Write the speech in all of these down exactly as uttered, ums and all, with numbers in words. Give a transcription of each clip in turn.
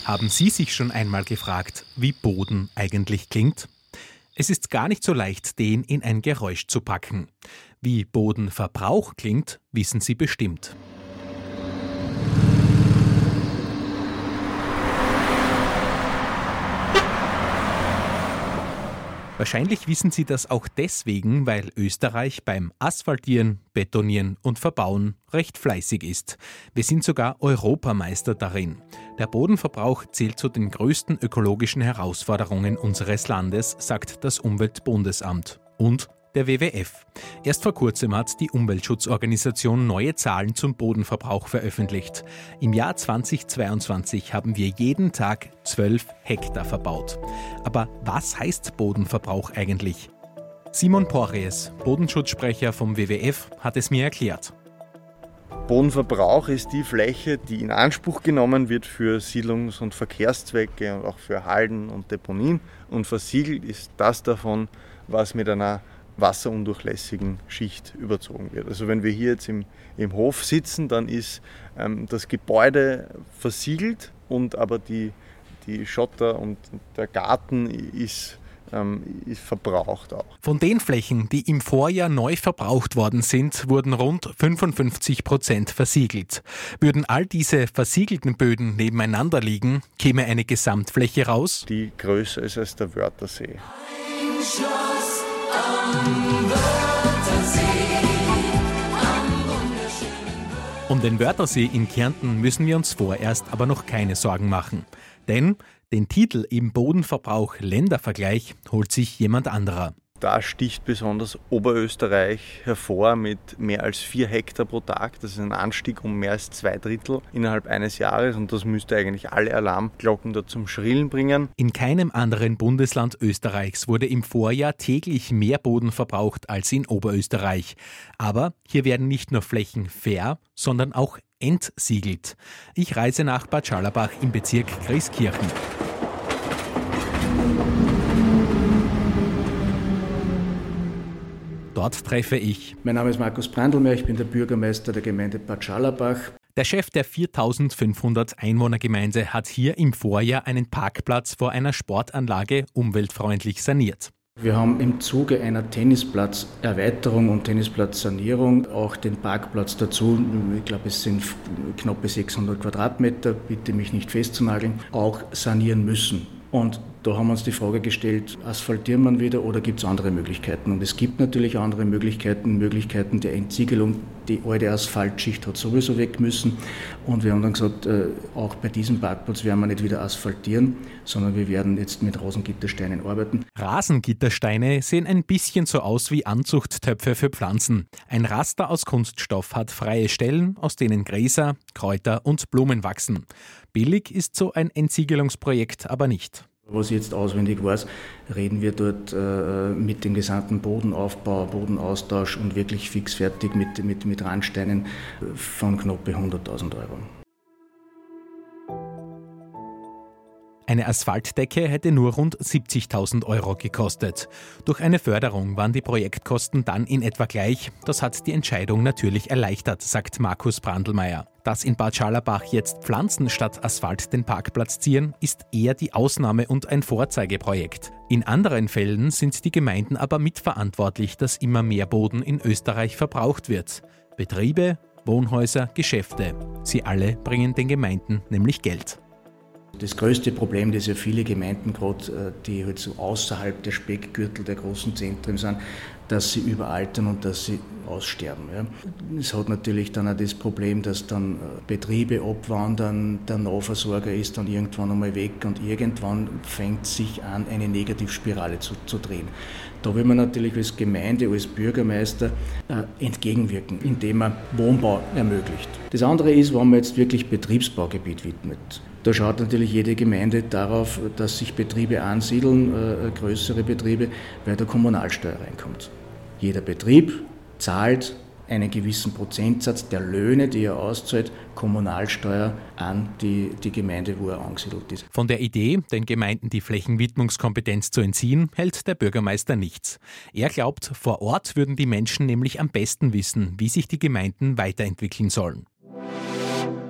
Haben Sie sich schon einmal gefragt, wie Boden eigentlich klingt? Es ist gar nicht so leicht, den in ein Geräusch zu packen. Wie Bodenverbrauch klingt, wissen Sie bestimmt. Wahrscheinlich wissen Sie das auch deswegen, weil Österreich beim Asphaltieren, Betonieren und Verbauen recht fleißig ist. Wir sind sogar Europameister darin. Der Bodenverbrauch zählt zu den größten ökologischen Herausforderungen unseres Landes, sagt das Umweltbundesamt. Und der W W F. Erst vor kurzem hat die Umweltschutzorganisation neue Zahlen zum Bodenverbrauch veröffentlicht. Im Jahr zweitausendzweiundzwanzig haben wir jeden Tag zwölf Hektar verbaut. Aber was heißt Bodenverbrauch eigentlich? Simon Porries, Bodenschutzsprecher vom W W F, hat es mir erklärt. Bodenverbrauch ist die Fläche, die in Anspruch genommen wird für Siedlungs- und Verkehrszwecke und auch für Halden und Deponien. Und versiegelt ist das davon, was mit einer wasserundurchlässigen Schicht überzogen wird. Also wenn wir hier jetzt im, im Hof sitzen, dann ist ähm, das Gebäude versiegelt und aber die, die Schotter und der Garten ist, ähm, ist verbraucht auch. Von den Flächen, die im Vorjahr neu verbraucht worden sind, wurden rund fünfundfünfzig Prozent versiegelt. Würden all diese versiegelten Böden nebeneinander liegen, käme eine Gesamtfläche raus, die größer ist als der Wörthersee. Um den Wörthersee in Kärnten müssen wir uns vorerst aber noch keine Sorgen machen. Denn den Titel im Bodenverbrauch Ländervergleich holt sich jemand anderer. Da sticht besonders Oberösterreich hervor mit mehr als vier Hektar pro Tag. Das ist ein Anstieg um mehr als zwei Drittel innerhalb eines Jahres und das müsste eigentlich alle Alarmglocken da zum Schrillen bringen. In keinem anderen Bundesland Österreichs wurde im Vorjahr täglich mehr Boden verbraucht als in Oberösterreich. Aber hier werden nicht nur Flächen ver, sondern auch entsiegelt. Ich reise nach Bad Scharlabach im Bezirk Grieskirchen. Dort treffe ich. Mein Name ist Markus Brandlmeier, ich bin der Bürgermeister der Gemeinde Bad Scharlabach. Der Chef der viertausendfünfhundert Einwohnergemeinde hat hier im Vorjahr einen Parkplatz vor einer Sportanlage umweltfreundlich saniert. Wir haben im Zuge einer Tennisplatzerweiterung und Tennisplatzsanierung auch den Parkplatz dazu, ich glaube es sind knappe sechshundert Quadratmeter, bitte mich nicht festzunageln, auch sanieren müssen. Und da haben wir uns die Frage gestellt, asphaltieren wir wieder oder gibt es andere Möglichkeiten? Und es gibt natürlich andere Möglichkeiten, Möglichkeiten der Entsiegelung. Die alte Asphaltschicht hat sowieso weg müssen. Und wir haben dann gesagt, äh, auch bei diesem Parkplatz werden wir nicht wieder asphaltieren, sondern wir werden jetzt mit Rasengittersteinen arbeiten. Rasengittersteine sehen ein bisschen so aus wie Anzuchttöpfe für Pflanzen. Ein Raster aus Kunststoff hat freie Stellen, aus denen Gräser, Kräuter und Blumen wachsen. Billig ist so ein Entsiegelungsprojekt aber nicht. Was ich jetzt auswendig weiß, reden wir dort äh, mit dem gesamten Bodenaufbau, Bodenaustausch und wirklich fix fertig mit, mit, mit Randsteinen von knapp hunderttausend Euro. Eine Asphaltdecke hätte nur rund siebzigtausend Euro gekostet. Durch eine Förderung waren die Projektkosten dann in etwa gleich. Das hat die Entscheidung natürlich erleichtert, sagt Markus Brandlmeier. Dass in Bad Scharlabach jetzt Pflanzen statt Asphalt den Parkplatz ziehen, ist eher die Ausnahme und ein Vorzeigeprojekt. In anderen Fällen sind die Gemeinden aber mitverantwortlich, dass immer mehr Boden in Österreich verbraucht wird. Betriebe, Wohnhäuser, Geschäfte. Sie alle bringen den Gemeinden nämlich Geld. Das größte Problem, das ja viele Gemeinden, gerade die halt so außerhalb der Speckgürtel der großen Zentren sind, dass sie überaltern und dass sie aussterben. Ja. Es hat natürlich dann auch das Problem, dass dann Betriebe abwandern, der Nahversorger ist dann irgendwann einmal weg und irgendwann fängt sich an, eine Negativspirale zu, zu drehen. Da will man natürlich als Gemeinde, als Bürgermeister äh, entgegenwirken, indem man Wohnbau ermöglicht. Das andere ist, wenn man jetzt wirklich Betriebsbaugebiet widmet. Da schaut natürlich jede Gemeinde darauf, dass sich Betriebe ansiedeln, äh, größere Betriebe, weil der Kommunalsteuer reinkommt. Jeder Betrieb zahlt einen gewissen Prozentsatz der Löhne, die er auszahlt, Kommunalsteuer an die, die Gemeinde, wo er angesiedelt ist. Von der Idee, den Gemeinden die Flächenwidmungskompetenz zu entziehen, hält der Bürgermeister nichts. Er glaubt, vor Ort würden die Menschen nämlich am besten wissen, wie sich die Gemeinden weiterentwickeln sollen.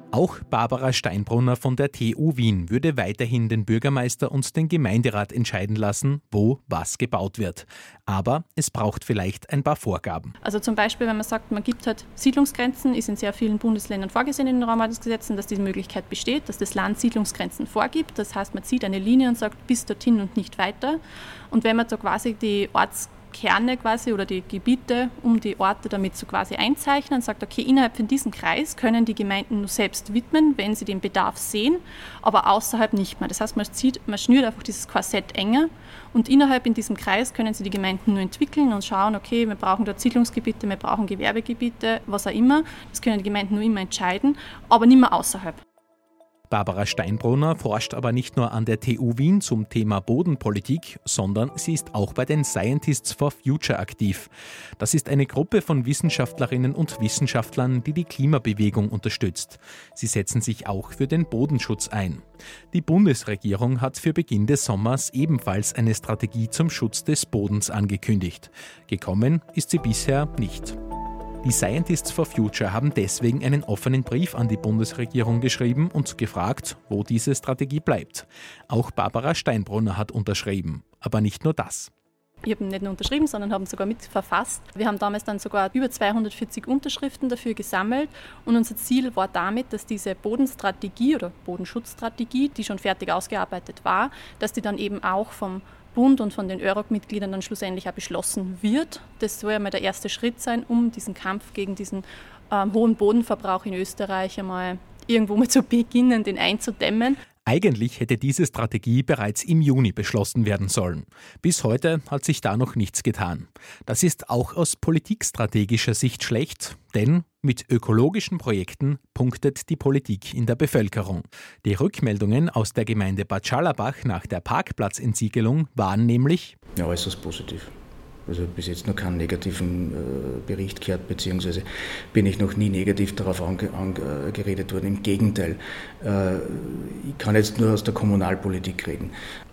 Auch Barbara Steinbrunner von der T U Wien würde weiterhin den Bürgermeister und den Gemeinderat entscheiden lassen, wo was gebaut wird. Aber es braucht vielleicht ein paar Vorgaben. Also zum Beispiel, wenn man sagt, man gibt halt Siedlungsgrenzen, ist in sehr vielen Bundesländern vorgesehen in den Raumordnungsgesetzen, dass diese Möglichkeit besteht, dass das Land Siedlungsgrenzen vorgibt. Das heißt, man zieht eine Linie und sagt, bis dorthin und nicht weiter. Und wenn man so quasi die Orts Kerne quasi oder die Gebiete um die Orte damit so quasi einzeichnen und sagt, okay, innerhalb von diesem Kreis können die Gemeinden nur selbst widmen, wenn sie den Bedarf sehen, aber außerhalb nicht mehr. Das heißt, man, zieht, man schnürt einfach dieses Korsett enger und innerhalb in diesem Kreis können sie die Gemeinden nur entwickeln und schauen, okay, wir brauchen dort Siedlungsgebiete, wir brauchen Gewerbegebiete, was auch immer. Das können die Gemeinden nur immer entscheiden, aber nicht mehr außerhalb. Barbara Steinbrunner forscht aber nicht nur an der T U Wien zum Thema Bodenpolitik, sondern sie ist auch bei den Scientists for Future aktiv. Das ist eine Gruppe von Wissenschaftlerinnen und Wissenschaftlern, die die Klimabewegung unterstützt. Sie setzen sich auch für den Bodenschutz ein. Die Bundesregierung hat für Beginn des Sommers ebenfalls eine Strategie zum Schutz des Bodens angekündigt. Gekommen ist sie bisher nicht. Die Scientists for Future haben deswegen einen offenen Brief an die Bundesregierung geschrieben und gefragt, wo diese Strategie bleibt. Auch Barbara Steinbrunner hat unterschrieben. Aber nicht nur das. Ich habe nicht nur unterschrieben, sondern haben sogar mit verfasst. Wir haben damals dann sogar über zweihundertvierzig Unterschriften dafür gesammelt und unser Ziel war damit, dass diese Bodenstrategie oder Bodenschutzstrategie, die schon fertig ausgearbeitet war, dass die dann eben auch vom Bund und von den Ö R O-Mitgliedern dann schlussendlich auch beschlossen wird. Das soll ja mal der erste Schritt sein, um diesen Kampf gegen diesen ähm, hohen Bodenverbrauch in Österreich einmal irgendwo mal zu beginnen, den einzudämmen. Eigentlich hätte diese Strategie bereits im Juni beschlossen werden sollen. Bis heute hat sich da noch nichts getan. Das ist auch aus politikstrategischer Sicht schlecht, denn mit ökologischen Projekten punktet die Politik in der Bevölkerung. Die Rückmeldungen aus der Gemeinde Bad Scharlabach nach der Parkplatzentsiegelung waren nämlich ja, äußerst positiv. Also bis jetzt noch keinen negativen äh, Bericht gehört, beziehungsweise bin ich noch nie negativ darauf ange, angeredet worden. Im Gegenteil, äh, ich kann jetzt nur aus der Kommunalpolitik reden.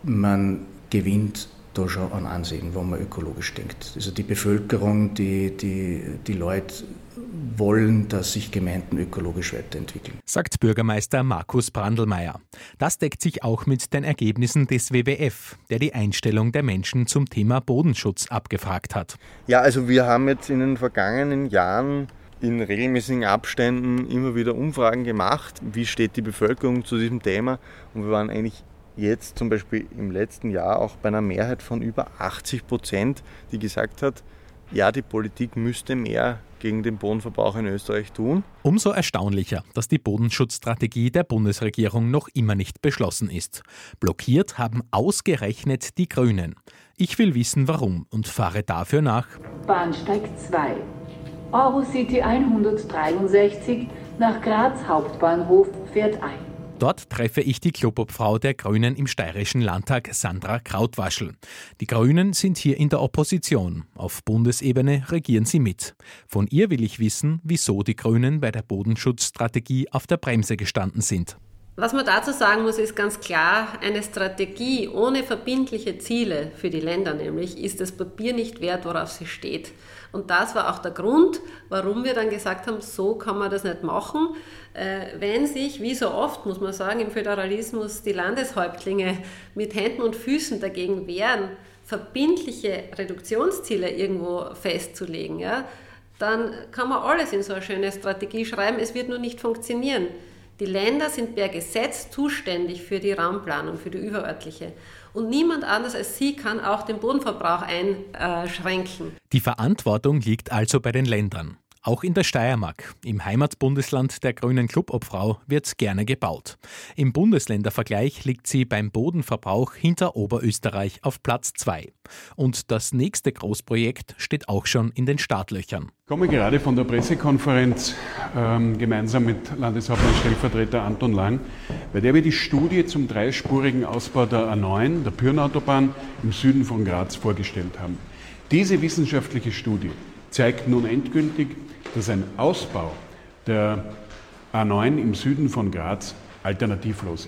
Man gewinnt da schon an Ansehen, wenn man ökologisch denkt. Also die Bevölkerung, die, die, die Leute wollen, dass sich Gemeinden ökologisch weiterentwickeln. Sagt Bürgermeister Markus Brandlmeier. Das deckt sich auch mit den Ergebnissen des W W F, der die Einstellung der Menschen zum Thema Bodenschutz abgefragt hat. Ja, also wir haben jetzt in den vergangenen Jahren in regelmäßigen Abständen immer wieder Umfragen gemacht, wie steht die Bevölkerung zu diesem Thema, und wir waren eigentlich jetzt zum Beispiel im letzten Jahr auch bei einer Mehrheit von über achtzig Prozent, die gesagt hat, ja, die Politik müsste mehr gegen den Bodenverbrauch in Österreich tun. Umso erstaunlicher, dass die Bodenschutzstrategie der Bundesregierung noch immer nicht beschlossen ist. Blockiert haben ausgerechnet die Grünen. Ich will wissen, warum, und fahre dafür nach Bahnsteig zwei, Eurocity hundertdreiundsechzig nach Graz Hauptbahnhof fährt ein. Dort treffe ich die Clubobfrau der Grünen im Steirischen Landtag, Sandra Krautwaschel. Die Grünen sind hier in der Opposition. Auf Bundesebene regieren sie mit. Von ihr will ich wissen, wieso die Grünen bei der Bodenschutzstrategie auf der Bremse gestanden sind. Was man dazu sagen muss, ist ganz klar, eine Strategie ohne verbindliche Ziele für die Länder nämlich ist das Papier nicht wert, worauf sie steht. Und das war auch der Grund, warum wir dann gesagt haben, so kann man das nicht machen. Äh, wenn sich, wie so oft, muss man sagen, im Föderalismus die Landeshäuptlinge mit Händen und Füßen dagegen wehren, verbindliche Reduktionsziele irgendwo festzulegen, ja, dann kann man alles in so eine schöne Strategie schreiben, es wird nur nicht funktionieren. Die Länder sind per Gesetz zuständig für die Raumplanung, für die überörtliche. Und niemand anders als sie kann auch den Bodenverbrauch einschränken. Die Verantwortung liegt also bei den Ländern. Auch in der Steiermark, im Heimatbundesland der grünen Clubobfrau, wird gerne gebaut. Im Bundesländervergleich liegt sie beim Bodenverbrauch hinter Oberösterreich auf Platz zwei. Und das nächste Großprojekt steht auch schon in den Startlöchern. Ich komme gerade von der Pressekonferenz ähm, gemeinsam mit Landeshauptmann-Stellvertreter Anton Lang, bei der wir die Studie zum dreispurigen Ausbau der A neun, der Pyrnautobahn im Süden von Graz vorgestellt haben. Diese wissenschaftliche Studie zeigt nun endgültig, dass ein Ausbau der A neun im Süden von Graz alternativlos ist.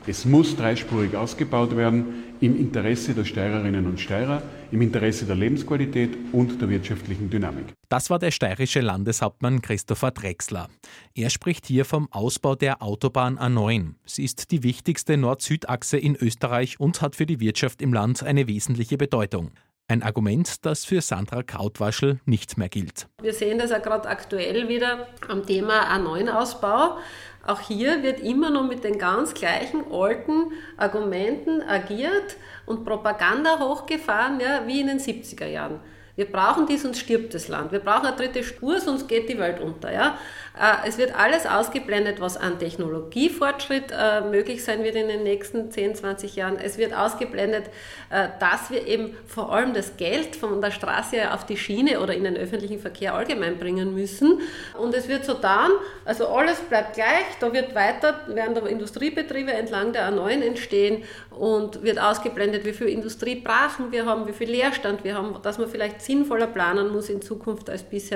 Es muss dreispurig ausgebaut werden, im Interesse der Steirerinnen und Steirer, im Interesse der Lebensqualität und der wirtschaftlichen Dynamik. Das war der steirische Landeshauptmann Christopher Drechsler. Er spricht hier vom Ausbau der Autobahn A neun. Sie ist die wichtigste Nord-Süd-Achse in Österreich und hat für die Wirtschaft im Land eine wesentliche Bedeutung. Ein Argument, das für Sandra Krautwaschel nicht mehr gilt. Wir sehen das ja gerade aktuell wieder am Thema A neun Ausbau. Auch hier wird immer noch mit den ganz gleichen alten Argumenten agiert und Propaganda hochgefahren, ja, wie in den siebziger Jahren. Wir brauchen dies, sonst stirbt das Land. Wir brauchen eine dritte Spur, sonst geht die Welt unter. Ja? Es wird alles ausgeblendet, was an Technologiefortschritt äh, möglich sein wird in den nächsten zehn, zwanzig Jahren. Es wird ausgeblendet, äh, dass wir eben vor allem das Geld von der Straße auf die Schiene oder in den öffentlichen Verkehr allgemein bringen müssen. Und es wird so getan, also alles bleibt gleich, da wird weiter, werden da Industriebetriebe entlang der A neun entstehen und wird ausgeblendet, wie viel Industriebrachen wir haben, wie viel Leerstand wir haben, dass man vielleicht sinnvoller planen muss in Zukunft als bisher.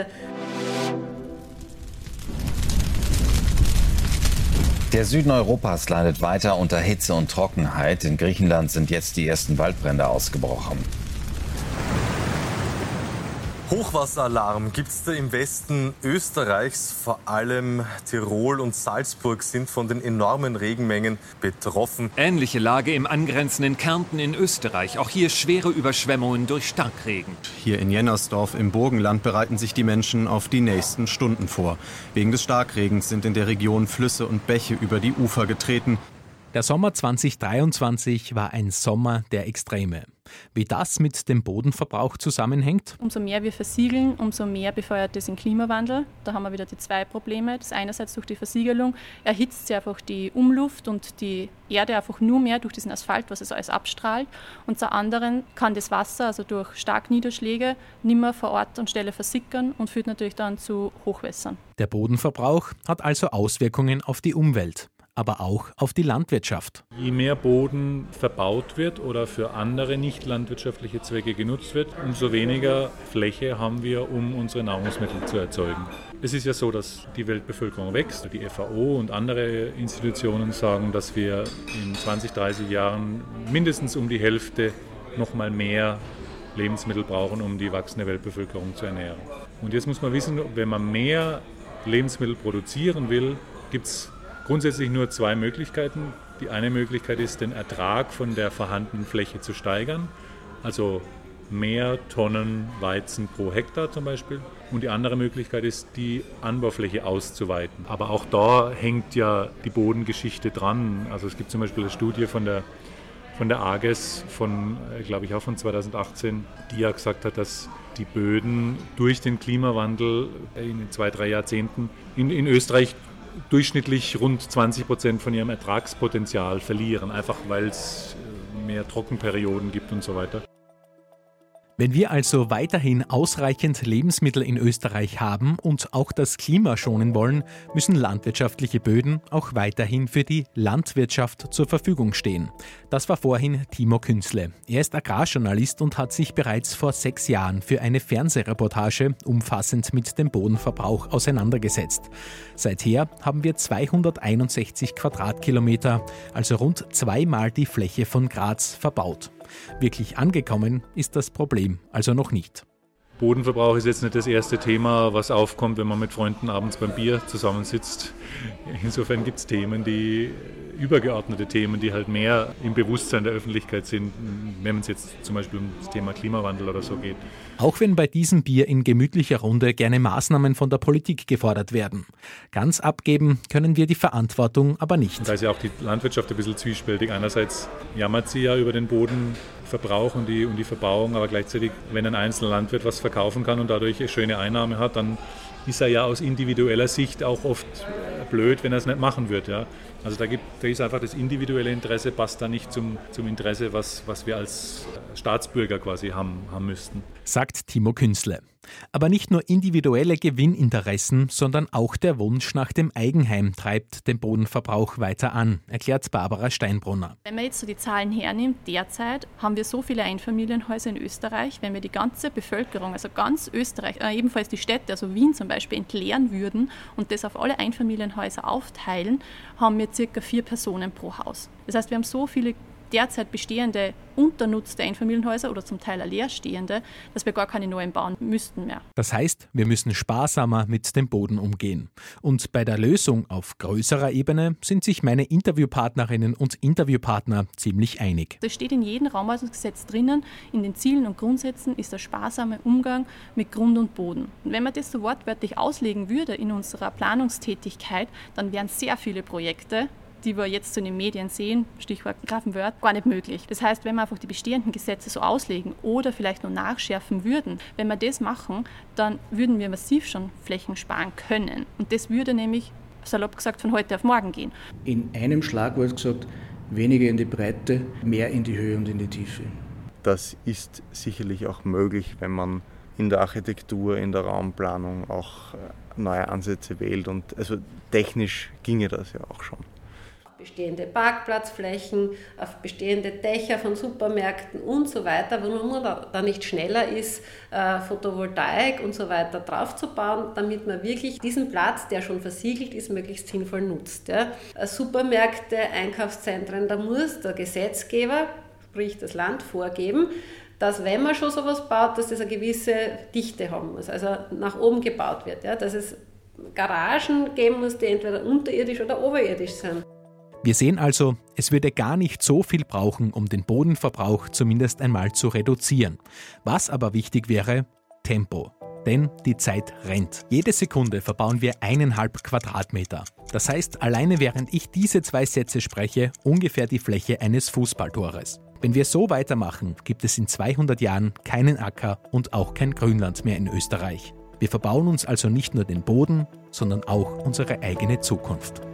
Der Süden Europas leidet weiter unter Hitze und Trockenheit. In Griechenland sind jetzt die ersten Waldbrände ausgebrochen. Hochwasseralarm gibt es da im Westen Österreichs. Vor allem Tirol und Salzburg sind von den enormen Regenmengen betroffen. Ähnliche Lage im angrenzenden Kärnten in Österreich. Auch hier schwere Überschwemmungen durch Starkregen. Hier in Jennersdorf im Burgenland bereiten sich die Menschen auf die nächsten Stunden vor. Wegen des Starkregens sind in der Region Flüsse und Bäche über die Ufer getreten. Der Sommer zwanzig dreiundzwanzig war ein Sommer der Extreme. Wie das mit dem Bodenverbrauch zusammenhängt? Umso mehr wir versiegeln, umso mehr befeuert das den Klimawandel. Da haben wir wieder die zwei Probleme. Das einerseits durch die Versiegelung erhitzt sie einfach die Umluft und die Erde einfach nur mehr durch diesen Asphalt, was es alles abstrahlt. Und zum anderen kann das Wasser, also durch starke Niederschläge, nimmer vor Ort und Stelle versickern und führt natürlich dann zu Hochwässern. Der Bodenverbrauch hat also Auswirkungen auf die Umwelt, aber auch auf die Landwirtschaft. Je mehr Boden verbaut wird oder für andere nicht landwirtschaftliche Zwecke genutzt wird, umso weniger Fläche haben wir, um unsere Nahrungsmittel zu erzeugen. Es ist ja so, dass die Weltbevölkerung wächst. Die F A O und andere Institutionen sagen, dass wir in zwanzig, dreißig Jahren mindestens um die Hälfte noch mal mehr Lebensmittel brauchen, um die wachsende Weltbevölkerung zu ernähren. Und jetzt muss man wissen, wenn man mehr Lebensmittel produzieren will, gibt es grundsätzlich nur zwei Möglichkeiten. Die eine Möglichkeit ist, den Ertrag von der vorhandenen Fläche zu steigern, also mehr Tonnen Weizen pro Hektar zum Beispiel. Und die andere Möglichkeit ist, die Anbaufläche auszuweiten. Aber auch da hängt ja die Bodengeschichte dran. Also es gibt zum Beispiel eine Studie von der, von der AGES, von, glaube ich auch von zweitausendachtzehn, die ja gesagt hat, dass die Böden durch den Klimawandel in zwei, drei Jahrzehnten in, in Österreich durchschnittlich rund zwanzig Prozent von ihrem Ertragspotenzial verlieren, einfach weil es mehr Trockenperioden gibt und so weiter. Wenn wir also weiterhin ausreichend Lebensmittel in Österreich haben und auch das Klima schonen wollen, müssen landwirtschaftliche Böden auch weiterhin für die Landwirtschaft zur Verfügung stehen. Das war vorhin Timo Künzle. Er ist Agrarjournalist und hat sich bereits vor sechs Jahren für eine Fernsehreportage umfassend mit dem Bodenverbrauch auseinandergesetzt. Seither haben wir zweihunderteinundsechzig Quadratkilometer, also rund zweimal die Fläche von Graz, verbaut. Wirklich angekommen ist das Problem also noch nicht. Bodenverbrauch ist jetzt nicht das erste Thema, was aufkommt, wenn man mit Freunden abends beim Bier zusammensitzt. Insofern gibt es Themen, die übergeordnete Themen, die halt mehr im Bewusstsein der Öffentlichkeit sind, wenn es jetzt zum Beispiel um das Thema Klimawandel oder so geht. Auch wenn bei diesem Bier in gemütlicher Runde gerne Maßnahmen von der Politik gefordert werden. Ganz abgeben können wir die Verantwortung aber nicht. Da ist ja auch die Landwirtschaft ein bisschen zwiespältig. Einerseits jammert sie ja über den Bodenverbrauch und die, und die Verbauung, aber gleichzeitig, wenn ein einzelner Landwirt was verkaufen kann und dadurch eine schöne Einnahme hat, dann ist er ja aus individueller Sicht auch oft blöd, wenn er es nicht machen wird. Ja? Also da, gibt, da ist einfach das individuelle Interesse, passt da nicht zum, zum Interesse, was, was wir als Staatsbürger quasi haben, haben müssten. Sagt Timo Künzle. Aber nicht nur individuelle Gewinninteressen, sondern auch der Wunsch nach dem Eigenheim treibt den Bodenverbrauch weiter an, erklärt Barbara Steinbrunner. Wenn man jetzt so die Zahlen hernimmt, derzeit haben wir so viele Einfamilienhäuser in Österreich, wenn wir die ganze Bevölkerung, also ganz Österreich, äh, ebenfalls die Städte, also Wien zum Beispiel, entleeren würden und das auf alle Einfamilienhäuser aufteilen, haben wir circa vier Personen pro Haus. Das heißt, wir haben so viele derzeit bestehende, unternutzte Einfamilienhäuser oder zum Teil leerstehende, dass wir gar keine neuen bauen müssten mehr. Das heißt, wir müssen sparsamer mit dem Boden umgehen. Und bei der Lösung auf größerer Ebene sind sich meine Interviewpartnerinnen und Interviewpartner ziemlich einig. Es steht in jedem Raumordnungsgesetz drinnen, in den Zielen und Grundsätzen ist der sparsame Umgang mit Grund und Boden. Und wenn man das so wortwörtlich auslegen würde in unserer Planungstätigkeit, dann wären sehr viele Projekte, die wir jetzt so in den Medien sehen, Stichwort Grafenwörth, gar nicht möglich. Das heißt, wenn wir einfach die bestehenden Gesetze so auslegen oder vielleicht nur nachschärfen würden, wenn wir das machen, dann würden wir massiv schon Flächen sparen können. Und das würde nämlich, salopp gesagt, von heute auf morgen gehen. In einem Schlagwort gesagt, weniger in die Breite, mehr in die Höhe und in die Tiefe. Das ist sicherlich auch möglich, wenn man in der Architektur, in der Raumplanung auch neue Ansätze wählt. Und also technisch ginge das ja auch schon. Bestehende Parkplatzflächen, auf bestehende Dächer von Supermärkten und so weiter, wo man da nicht schneller ist, äh, Photovoltaik und so weiter draufzubauen, damit man wirklich diesen Platz, der schon versiegelt ist, möglichst sinnvoll nutzt. Ja. Supermärkte, Einkaufszentren, da muss der Gesetzgeber, sprich das Land, vorgeben, dass wenn man schon sowas baut, dass das eine gewisse Dichte haben muss, also nach oben gebaut wird, ja, dass es Garagen geben muss, die entweder unterirdisch oder oberirdisch sind. Wir sehen also, es würde gar nicht so viel brauchen, um den Bodenverbrauch zumindest einmal zu reduzieren. Was aber wichtig wäre, Tempo. Denn die Zeit rennt. Jede Sekunde verbauen wir eineinhalb Quadratmeter. Das heißt, alleine während ich diese zwei Sätze spreche, ungefähr die Fläche eines Fußballtores. Wenn wir so weitermachen, gibt es in zweihundert Jahren keinen Acker und auch kein Grünland mehr in Österreich. Wir verbauen uns also nicht nur den Boden, sondern auch unsere eigene Zukunft.